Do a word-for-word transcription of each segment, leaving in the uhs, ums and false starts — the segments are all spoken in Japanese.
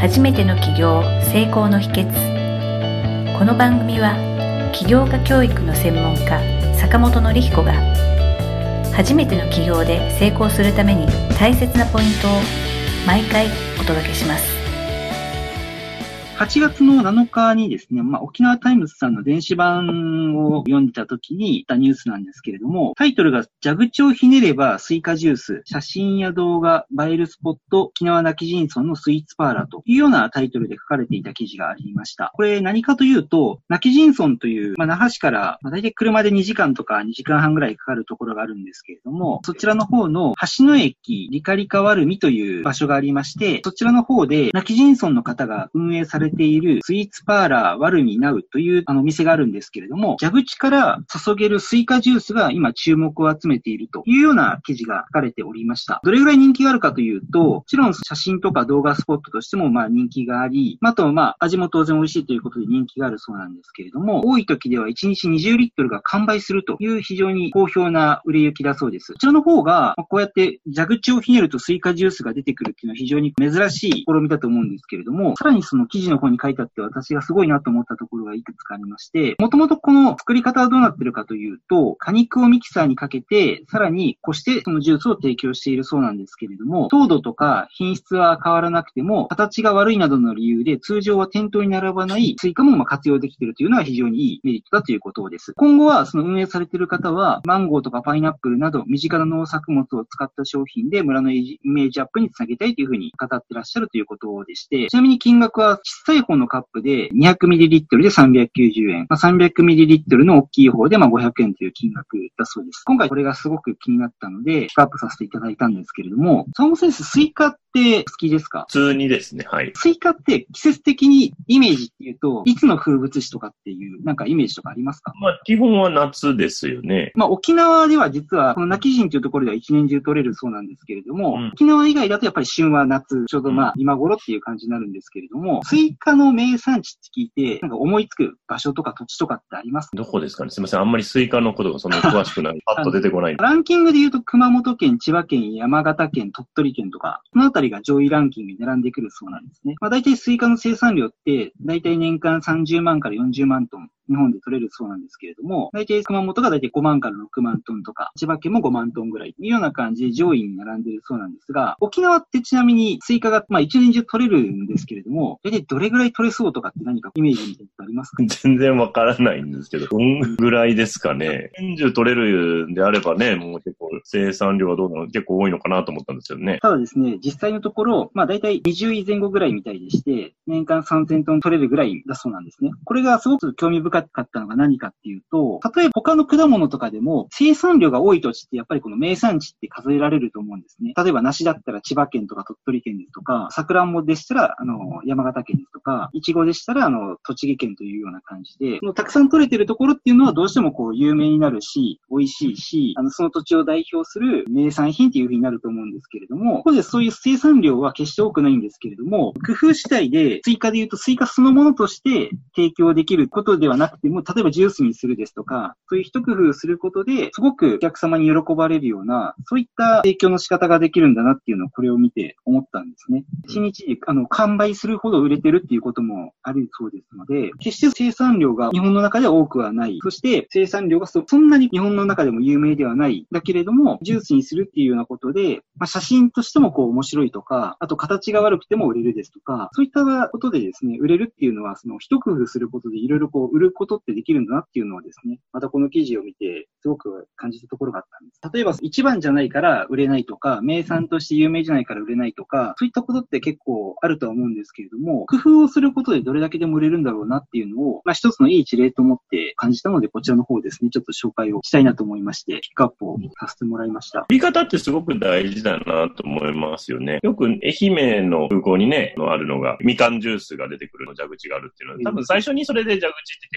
初めての起業成功の秘訣。この番組は起業家教育の専門家坂本典彦が初めての起業で成功するために大切なポイントを毎回お届けします。 はちがつのなのかにですね、まあ、沖縄タイムズさんの電子版を読んでた時に言ったニュースなんですけれども、タイトルが蛇口をひねればスイカジュース、写真や動画、映えるスポット、沖縄泣き人村のスイーツパーラーというようなタイトルで書かれていた記事がありました。これ何かというと、泣き人村という、まあ、那覇市から、まあ、大体車でにじかんとかにじかんはんぐらいかかるところがあるんですけれども、そちらの方の橋の駅リカリカワルミという場所がありまして、そちらの方で泣き人村の方が運営されているスイーツパーラーワルミナウというあの店があるんですけれども、蛇口から注げるスイカジュースが今注目を集めているというような記事が書かれておりました。どれぐらい人気があるかというと、もちろん写真とか動画スポットとしてもまあ人気があり、あとまあ味も当然美味しいということで人気があるそうなんですけれども、多い時ではいちにちにじゅうリットルが完売するという非常に好評な売れ行きだそうです。こちらの方がこうやって蛇口をひねるとスイカジュースが出てくるっていうのは非常に珍しい試みだと思うんですけれども、さらにその記事の方に書いてあって私がすごいなと思ったところがいくつかありまして、もともとこの作り方はどうなってるかというと、果肉をミキサーにかけて、さらにこしてそのジュースを提供しているそうなんですけれども、糖度とか品質は変わらなくても、形が悪いなどの理由で通常は店頭に並ばないスイカもまあ活用できているというのは非常にいいメリットだということです。今後はその運営されている方は、マンゴーとかパイナップルなど身近な農作物を使った商品で村のイメージアップにつなげたいというふうに語ってらっしゃるということでして、ちなみに金額は小さい方のカップで にひゃくミリリットル でさんびゃくきゅうじゅうえん、まあ、さんびゃくミリリットル の大きい方でまあごひゃくえんという金額だそうです。今回これがすごく気になったので、ピックアップさせていただいたんですけれども、坂本先生、スイカって好きですか？ 普通にですね、はい。 スイカって季節的にイメージっていうと、いつの風物詩とかっていうなんかイメージとかありますか？ まあ基本は夏ですよね。 まあ沖縄では実はこの泣き人というところでは一年中取れるそうなんですけれども、うん、沖縄以外だとやっぱり旬は夏、ちょうどまあ今頃っていう感じになるんですけれども、スイカの名産地って聞いて、なんか思いつく場所とか土地とかってありますか？ どこですかね？すみません。あんまりスイカのことがそんなに詳しくない。パッと出てこない。 ランキングで言うと熊本県、千葉県、山形県、鳥取県とか、このあたりが上位ランキングに並んでくるそうなんですね。まあ大体スイカの生産量って、大体年間さんじゅうまんからよんじゅうまんトン。日本で取れるそうなんですけれども、大体熊本が大体ごまんからろくまんトンとか、千葉県もごまんトンぐらいというような感じで上位に並んでいるそうなんですが、沖縄ってちなみにスイカがまあ一年中取れるんですけれども、大体どれぐらい取れそうとかって何かイメージみたいなことありますか？ 全然わからないんですけど、どんぐらいですかね。年中取れるんであればね、もう結構生産量はどうなの結構多いのかなと思ったんですよね。 ただですね、実際のところ、まあ大体にじゅういぜん後ぐらいみたいでして、年間さんぜんトン取れるぐらいだそうなんですね。これがすごく興味深かったのが何かっていうと、例えば他の果物とかでも生産量が多い土地ってやっぱりこの名産地って数えられると思うんですね。例えば梨だったら千葉県とか鳥取県ですとか、さくらんぼでしたらあの山形県ですとか、いちごでしたらあの栃木県というような感じで、このたくさん取れてるところっていうのはどうしてもこう有名になるし、美味しいし、あのその土地を代表する名産品っていう風になると思うんですけれども、ここでそういう生産量は決して多くないんですけれども、工夫次第でスイカで言うとスイカそのものとして提供できることではなくても、例えばジュースにするですとか、そういう一工夫することですごくお客様に喜ばれるような、そういった提供の仕方ができるんだなっていうのをこれを見て思ったんですね。一日であの完売するほど売れてるっていうこともあるそうですので、決して生産量が日本の中では多くはない。そして生産量が そ, そんなに日本の中でも有名ではない。だけれども、ジュースにするっていうようなことで、まあ、写真としてもこう面白いとか、あと形が悪くても売れるですとか、そういったことでですね、売れるっていうのは、その一工夫することでいろいろこう売ることってできるんだなっていうのをですね、またこの記事を見てすごく感じたところがあったんです。例えば一番じゃないから売れないとか、名産として有名じゃないから売れないとか、そういったことって結構あるとは思うんですけれども、工夫をすることでどれだけでも売れるんだろうなっていうのを、まあ一つのいい事例と思って感じたので、こちらの方ですね、ちょっと紹介をしたいなと思いまして、ピックアップをさせてもらいました。 売り方ってすごく大事だなと思いますよね。よく愛媛の空港にね、あるのが、みかんジュースが出てくるの蛇口があるっていうのは、多分最初にそれで蛇口って結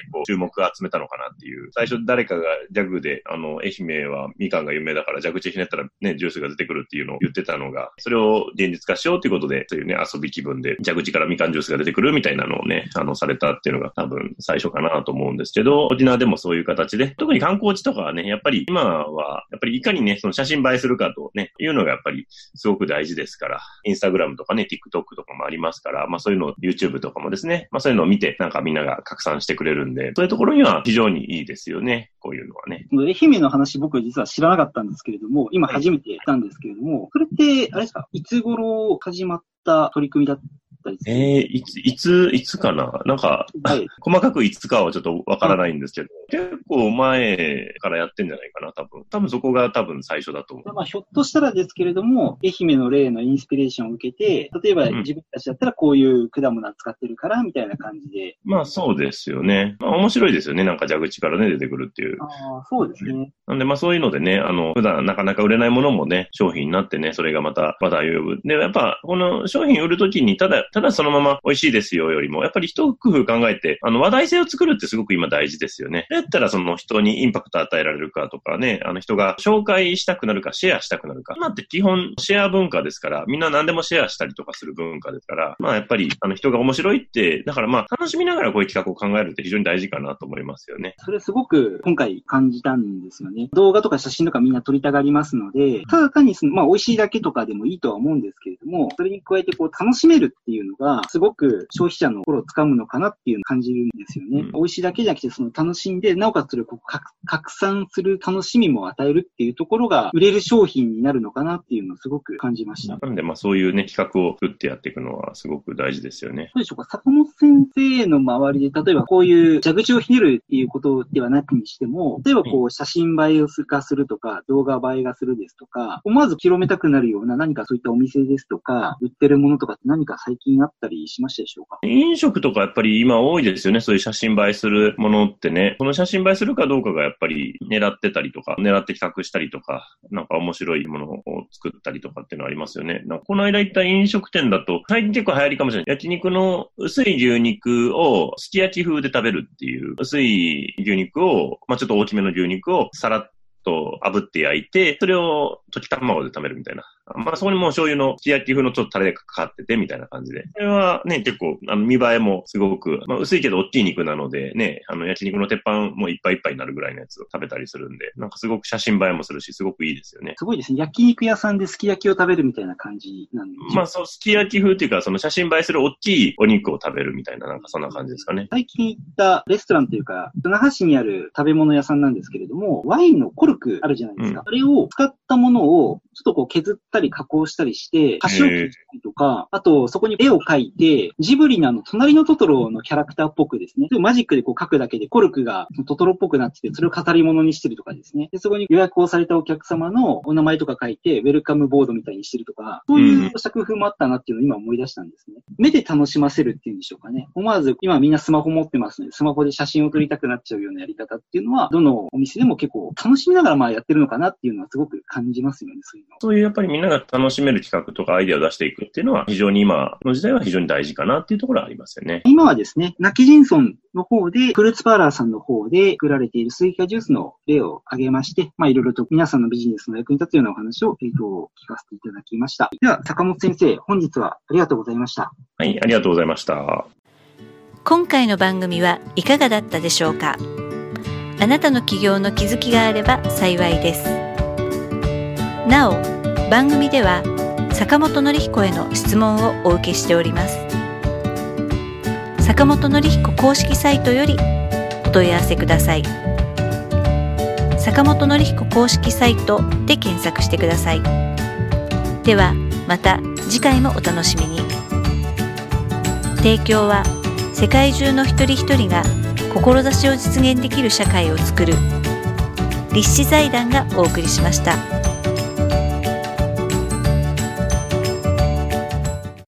結構注目を集めたのかなっていう。最初誰かがギャグで、あの、愛媛はみかんが有名だから蛇口ひねったらね、ジュースが出てくるっていうのを言ってたのが、それを現実化しようということで、そういうね、遊び気分で蛇口からみかんジュースが出てくるみたいなのをね、あの、されたっていうのが多分最初かなと思うんですけど、沖縄でもそういう形で、特に観光地とかはね、やっぱり今は、やっぱりいかにね、その写真映えするかとね、いうのがやっぱりすごく大事ですから、インスタグラムとかね、TikTok とかもありますから、まあそういうのを YouTube とかもですね、まあそういうのを見て、なんかみんなが拡散してくれるんで、そういうところには非常にいいですよね、こういうのはね。 愛媛の話僕実は知らなかったんですけれども、今初めて知ったんですけれども、それって、あれですか、いつ頃始まった取り組みだったええー、いつ、いつ、いつかななんか、はい、細かくいつかはちょっとわからないんですけど、結構前からやってんじゃないかな、多分。多分そこが多分最初だと思う。 まあ、ひょっとしたらですけれども、愛媛の例のインスピレーションを受けて、例えば自分たちだったらこういう果物を使ってるから、みたいな感じで。 まあそうですよね。まあ面白いですよね。なんか蛇口からね、出てくるっていう。 ああ、そうですね。 なんでまあそういうのでね、あの、普段なかなか売れないものもね、商品になってね、それがまた話題を呼ぶ。で、やっぱ、この商品売るときに、ただ、ただそのまま美味しいですよよりも、やっぱり一工夫考えて、あの、話題性を作るってすごく今大事ですよね。どうやったらその人にインパクト与えられるかとかね、あの人が紹介したくなるか、シェアしたくなるか。今って基本シェア文化ですから、みんな何でもシェアしたりとかする文化ですから、まあやっぱり、あの人が面白いって、だからまあ楽しみながらこういう企画を考えるって非常に大事かなと思いますよね。 それすごく今回感じたんですよね。動画とか写真とかみんな撮りたがりますので、ただ単にその、まあ美味しいだけとかでもいいとは思うんですけれども、それに加えてこう楽しめるっていうのが、すごく消費者の心をつかむのかなっていうのを感じるんですよね。うん、美味しいだけじゃなくて、その楽しんで、なおかつそれをこう拡散する楽しみも与えるっていうところが、売れる商品になるのかなっていうのをすごく感じました。 なんで、まあそういうね、企画を打ってやっていくのはすごく大事ですよね。 どうでしょうか、坂本先生の周りで、例えばこういう蛇口をひねるっていうことではなくにしても、例えばこう写真映えを化するとか、動画映えがするですとか、思わず広めたくなるような何かそういったお店ですとか、売ってるものとかって何か最近あったりしましたでしょうか？ 飲食とかやっぱり今多いですよね。そういう写真映えするものってね。この写真映えするかどうかがやっぱり狙ってたりとか、狙って企画したりとか、なんか面白いものを作ったりとかっていうのありますよね。なんかこの間行った飲食店だと、最近結構流行りかもしれない。焼肉の薄い牛肉をすき焼き風で食べるっていう、薄い牛肉を、まあちょっと大きめの牛肉をさらっと炙って焼いて、それを溶き卵で食べるみたいな。まあそこにもう醤油のすき焼き風のちょっとタレがかかっててみたいな感じで。これはね、結構、あの見栄えもすごく、まあ薄いけど大きい肉なのでね、あの焼肉の鉄板もいっぱいいっぱいになるぐらいのやつを食べたりするんで、なんかすごく写真映えもするし、すごくいいですよね。 すごいですね。焼肉屋さんですき焼きを食べるみたいな感じなんで。 まあそう、すき焼き風っていうか、その写真映えする大きいお肉を食べるみたいな、なんかそんな感じですかね。 最近行ったレストランというか、那覇市にある食べ物屋さんなんですけれども、ワインのコルクあるじゃないですか。うん、あれを使ったものを、ちょっとこう削ったり加工したりして、箸置きしたりとか、あとそこに絵を描いて、ジブリのあの、隣のトトロのキャラクターっぽくですね、マジックでこう描くだけでコルクがトトロっぽくなってて、それを飾り物にしてるとかですね。で、そこに予約をされたお客様のお名前とか書いて、ウェルカムボードみたいにしてるとか、そういう作風もあったなっていうのを今思い出したんですね。目で楽しませるっていうんでしょうかね。思わず、今みんなスマホ持ってますので、スマホで写真を撮りたくなっちゃうようなやり方っていうのは、どのお店でも結構楽しみながらまあやってるのかなっていうのはすごく感じますよね、そういうの。 そういうやっぱりみんなが楽しめる企画とかアイデアを出していくっていうのは非常に今の時代は非常に大事かなっていうところはありますよね。 今はですね、泣き人村の方で、フルーツパーラーさんの方で作られているスイカジュースの例を挙げまして、まあいろいろと皆さんのビジネスの役に立つようなお話を、えーと、聞かせていただきました。では、坂本先生、本日はありがとうございました。 はい、ありがとうございました。 今回の番組はいかがだったでしょうか。あなたの起業の気づきがあれば幸いです。なお、番組では坂本典彦への質問をお受けしております。坂本典彦公式サイトよりお問い合わせください。坂本典彦公式サイトで検索してください。ではまた次回もお楽しみに。提供は世界中の一人一人が志を実現できる社会を作る立志財団がお送りしました。